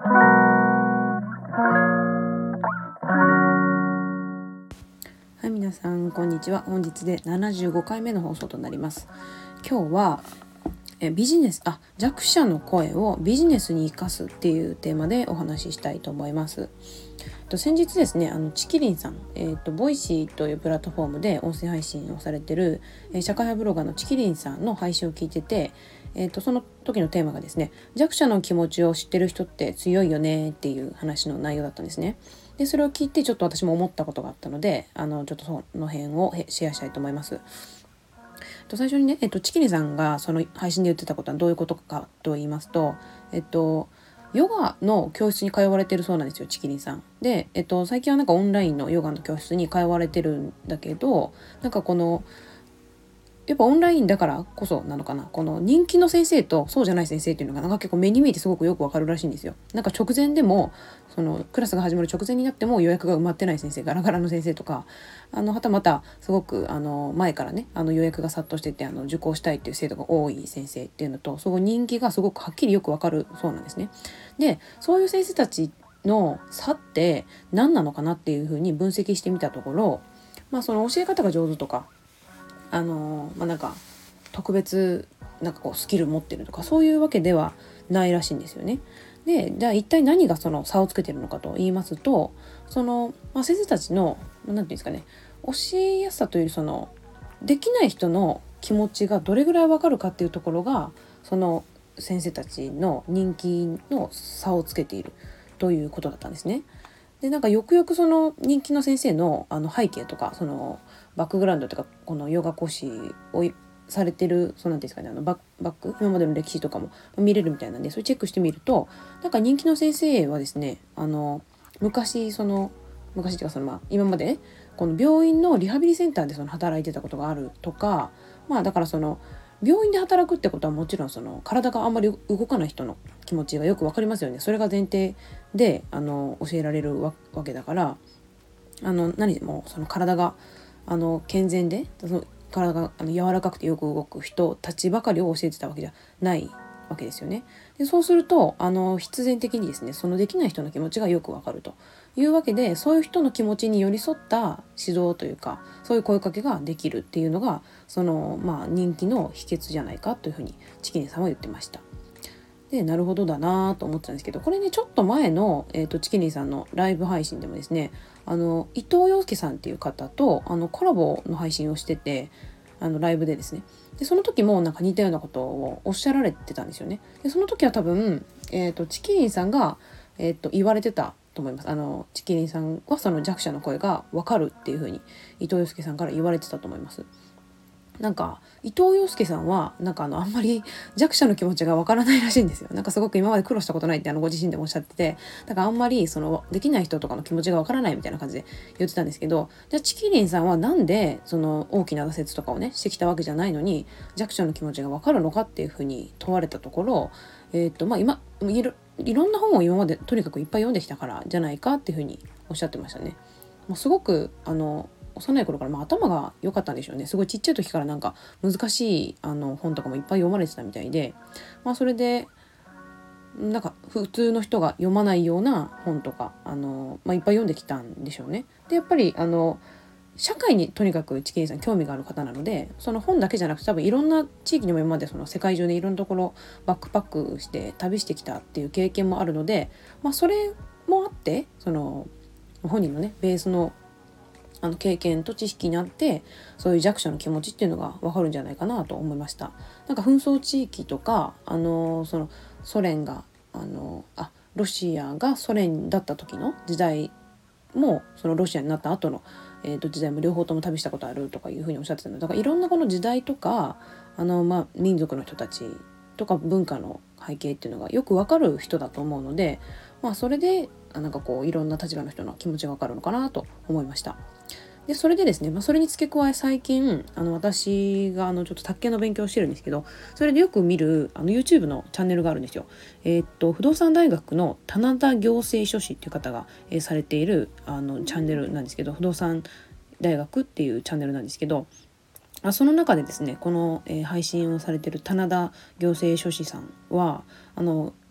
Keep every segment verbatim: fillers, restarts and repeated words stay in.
はい、皆さんこんにちは。本日でななじゅうごかいめの放送となります。今日はえビジネスあ弱者の声をビジネスに生かすっていうテーマでお話ししたいと思います。と先日ですね、あのチキリンさん、えー、とボイシーというプラットフォームで音声配信をされてる、えー社会派ブロガーのチキリンさんの配信を聞いてて、えー、とその時のテーマがですね、弱者の気持ちを知ってる人って強いよねっていう話の内容だったんですね。でそれを聞いてちょっと私も思ったことがあったので、あのちょっとその辺をシェアしたいと思います。と最初にね、えっと、チキリさんがその配信で言ってたことはどういうことかと言いますと、えっとヨガの教室に通われてるそうなんですよ、チキリンさんで。えっと最近はなんかオンラインのヨガの教室に通われてるんだけど、なんかこのやっぱオンラインだからこそなのかな、この人気の先生とそうじゃない先生っていうのがなんか結構目に見えてすごくよくわかるらしいんですよ。なんか直前でもそのクラスが始まる直前になっても予約が埋まってない先生、ガラガラの先生とか、あのはたまたすごくあの前からね、あの予約が殺到してて、あの受講したいっていう生徒が多い先生っていうのと、その人気がすごくはっきりよくわかるそうなんですね。でそういう先生たちの差って何なのかなっていうふうに分析してみたところ、まあその教え方が上手とか、あのまあなんか特別なんかこうスキル持ってるとかそういうわけではないらしいんですよね。でじゃあ一体何がその差をつけてるのかと言いますと、その、まあ、先生たちの何て言うんですかね、教えやすさというより、そのできない人の気持ちがどれぐらいわかるかっていうところが、その先生たちの人気の差をつけているということだったんですね。でなんかよくよくその人気の先生のあの背景とか、そのバックグラウンドとか、このヨガ講師をされてる、そうなんですかね、あのバッバック今までの歴史とかも見れるみたいなんで、それチェックしてみると、なんか人気の先生はですね、あの昔その昔っていうかそのまあ今までね、この病院のリハビリセンターでその働いてたことがあるとか、まあだからその病院で働くってことはもちろんその体があんまり動かない人の気持ちがよくわかりますよね。それが前提であの教えられる わ, わけだから、あの何もその体があの健全で、その体があの柔らかくてよく動く人たちばかりを教えてたわけじゃないわけですよね。でそうするとあの必然的にですね、そのできない人の気持ちがよくわかるというわけで、そういう人の気持ちに寄り添った指導というか、そういう声かけができるっていうのが、そのまあ人気の秘訣じゃないかというふうにチキンさんは言ってました。でなるほどだなと思ってたんですけど、これねちょっと前の、えーと、チキニーさんのライブ配信でもですね、あの伊藤洋介さんっていう方とあのコラボの配信をしてて、あのライブでですね、でその時もなんか似たようなことをおっしゃられてたんですよね。でその時は多分、えーと、チキリンさんが、えーと、言われてたと思います。あのチキリンさんはその弱者の声が分かるっていう風に伊藤洋介さんから言われてたと思います。なんか伊藤洋介さんはなんかあのあんまり弱者の気持ちがわからないらしいんですよ。なんかすごく今まで苦労したことないってあのご自身でもおっしゃってて、だからあんまりそのできない人とかの気持ちがわからないみたいな感じで言ってたんですけど、じゃあチキリンさんはなんでその大きな挫折とかをねしてきたわけじゃないのに弱者の気持ちがわかるのかっていうふうに問われたところ、えっとまあ今いろいろんな本を今までとにかくいっぱい読んできたからじゃないかっていうふうにおっしゃってましたね。もうすごくあの幼い頃から、まあ、頭が良かったんでしょうね。すごいちっちゃい時からなんか難しいあの本とかもいっぱい読まれてたみたいで、まあ、それでなんか普通の人が読まないような本とかあの、まあ、いっぱい読んできたんでしょうね。でやっぱりあの社会にとにかくチキンさん興味がある方なので、その本だけじゃなくて多分いろんな地域にも今までその世界中でいろんなところバックパックして旅してきたっていう経験もあるので、まあ、それもあってその本人のねベースのあの経験と知識にあって、そういう弱者の気持ちっていうのが分かるんじゃないかなと思いました。なんか紛争地域とか、あのそのソ連があのあロシアがソ連だった時の時代も、そのロシアになった後の、えー、と時代も両方とも旅したことあるとかいうふうにおっしゃってたので、だからいろんなこの時代とかあの、まあ、民族の人たちとか文化の背景っていうのがよく分かる人だと思うので、まあ、それでなんかこういろんな立場の人の気持ちが分かるのかなと思いました。でそれでですね、まあ、それに付け加え最近あの私があのちょっと卓球の勉強をしてるんですけど、それでよく見るあの YouTube のチャンネルがあるんですよ。えーっと不動産大学の棚田行政書士っていう方が、えーされているあのチャンネルなんですけど、不動産大学っていうチャンネルなんですけど、あその中でですね、この、えー配信をされている棚田行政書士さんはあの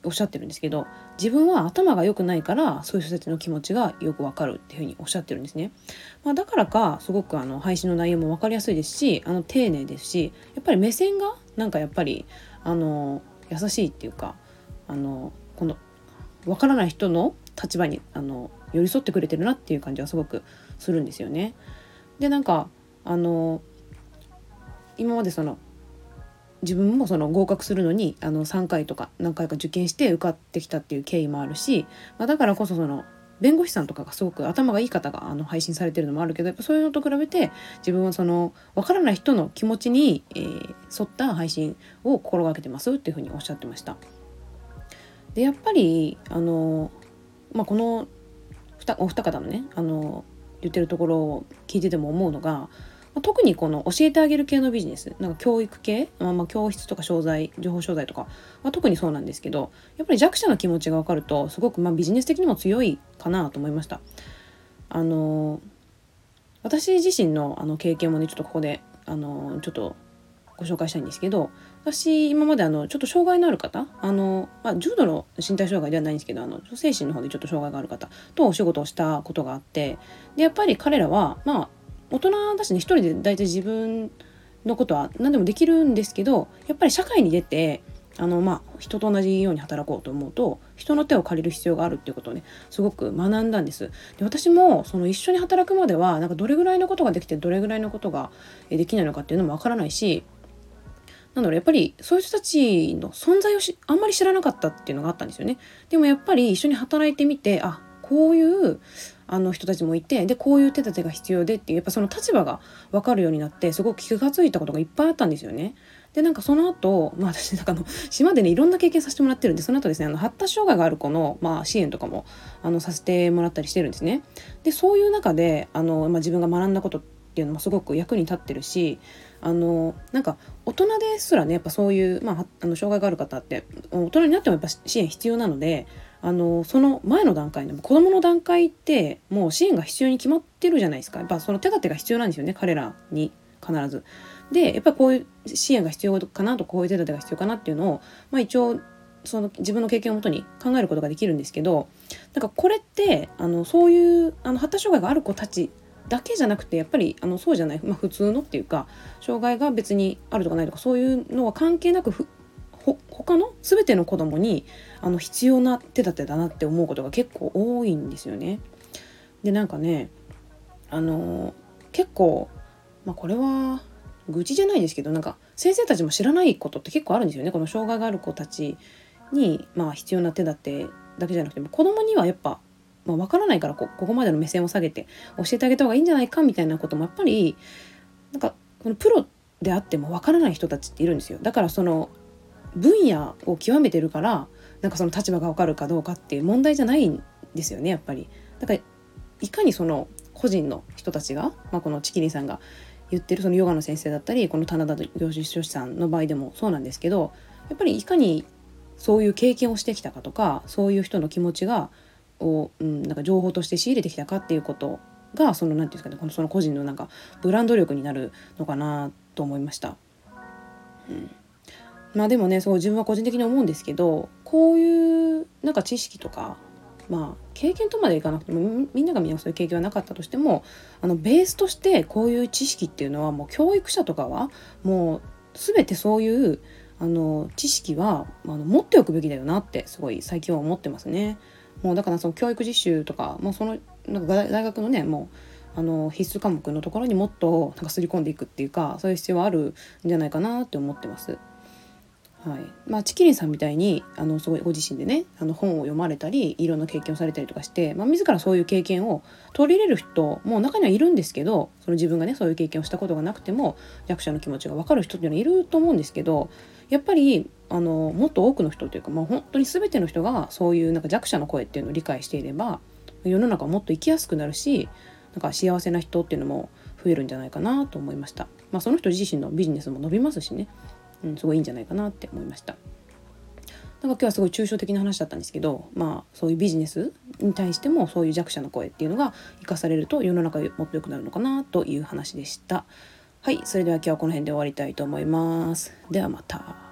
おっしゃってるんですけど、自分は頭が良くないからそういう人たちの気持ちがよくわかるっていうふうにおっしゃってるんですね。まあ、だからかすごくあの配信の内容も分かりやすいですし、あの丁寧ですし、やっぱり目線がなんかやっぱりあの優しいっていうか、あのこの分からない人の立場にあの寄り添ってくれてるなっていう感じはすごくするんですよね。でなんかあの今までその自分もその合格するのにあのさんかいとか何回か受験して受かってきたっていう経緯もあるし、まあ、だからこそその弁護士さんとかがすごく頭がいい方があの配信されてるのもあるけど、やっぱそういうのと比べて自分はその分からない人の気持ちに、えー沿った配信を心がけてますっていうふうにおっしゃってました。でやっぱりあの、まあ、このお二方のねあの言ってるところを聞いてても思うのが、特にこの教えてあげる系のビジネス、なんか教育系、まあ、まあ教室とか商材情報商材とか、まあ、特にそうなんですけど、やっぱり弱者の気持ちが分かるとすごくまあビジネス的にも強いかなと思いました。あの私自身のあの経験もねちょっとここであのちょっとご紹介したいんですけど、私今まであのちょっと障害のある方、あの、まあ、重度の身体障害ではないんですけど、あの精神の方でちょっと障害がある方とお仕事をしたことがあって、でやっぱり彼らはまあ大人だしね、一人で大体自分のことは何でもできるんですけど、やっぱり社会に出てあのまあ人と同じように働こうと思うと人の手を借りる必要があるっていうことをねすごく学んだんです。で私もその一緒に働くまではなんかどれぐらいのことができてどれぐらいのことができないのかっていうのもわからないし、なんだろう、やっぱりそういう人たちの存在をしあんまり知らなかったっていうのがあったんですよね。でもやっぱり一緒に働いてみて、あこういうあの人たちもいて、でこういう手立てが必要でっていう、やっぱその立場が分かるようになってすごく気がついたことがいっぱいあったんですよね。でなんかその後、まあ私なんかあの島でねいろんな経験させてもらってるんで、その後ですねあの発達障害がある子の、まあ、支援とかもあのさせてもらったりしてるんですね。でそういう中であの、まあ、自分が学んだことっていうのもすごく役に立ってるし、あのなんか大人ですらねやっぱそういう、まあ、あの障害がある方って大人になってもやっぱ支援必要なので、あのその前の段階でも子どもの段階ってもう支援が必要に決まってるじゃないですか。やっぱその手立てが必要なんですよね、彼らに必ず。でやっぱりこういう支援が必要かなとかこういう手立てが必要かなっていうのを、まあ、一応その自分の経験をもとに考えることができるんですけど、なんかこれってあのそういうあの発達障害がある子たちだけじゃなくてやっぱりあのそうじゃない、まあ、普通のっていうか障害が別にあるとかないとかそういうのは関係なくふほ他の全ての子供にあの必要な手立てだなって思うことが結構多いんですよね。でなんかねあの結構、まあ、これは愚痴じゃないですけど、なんか先生たちも知らないことって結構あるんですよね。この障害がある子たちに、まあ、必要な手立てだけじゃなくて子供にはやっぱまあ、分からないから こ, ここまでの目線を下げて教えてあげた方がいいんじゃないかみたいなこともやっぱりなんかこのプロであっても分からない人たちっているんですよ。だからその分野を極めてるからなんかその立場が分かるかどうかっていう問題じゃないんですよねやっぱり。だからいかにその個人の人たちが、まあ、このチキリンさんが言ってるそのヨガの先生だったりこの棚田良司書士さんの場合でもそうなんですけど、やっぱりいかにそういう経験をしてきたかとかそういう人の気持ちがを、うん、なんか情報として仕入れてきたかっていうことがその何て言うんですかね、このその個人のなんかブランド力になるのかなと思いました。うん、まあでもねそう自分は個人的に思うんですけど、こういうなんか知識とかまあ経験とまでいかなくてもみんながみんなそういう経験はなかったとしても、あのベースとしてこういう知識っていうのはもう教育者とかはもう全てそういうあの知識はあの持っておくべきだよなってすごい最近は思ってますね。もうだからその教育実習とかもうそのなんか大学のねもうあの必須科目のところにもっとなんか刷り込んでいくっていうかそういう必要はあるんじゃないかなって思ってます。はいまあ、チキリンさんみたいにあのすごいご自身でねあの本を読まれたりいろんな経験をされたりとかして、まあ、自らそういう経験を取り入れる人も中にはいるんですけど、その自分がねそういう経験をしたことがなくても弱者の気持ちが分かる人っていうのはいると思うんですけど、やっぱりあのもっと多くの人というか、まあ、本当に全ての人がそういうなんか弱者の声っていうのを理解していれば世の中もっと生きやすくなるし、なんか幸せな人っていうのも増えるんじゃないかなと思いました。まあ、その人自身のビジネスも伸びますしね、うん、すごいいいんじゃないかなって思いました。なんか今日はすごい抽象的な話だったんですけど、まあそういうビジネスに対してもそういう弱者の声っていうのが生かされると世の中もっと良くなるのかなという話でした。はい、それでは今日はこの辺で終わりたいと思います。ではまた。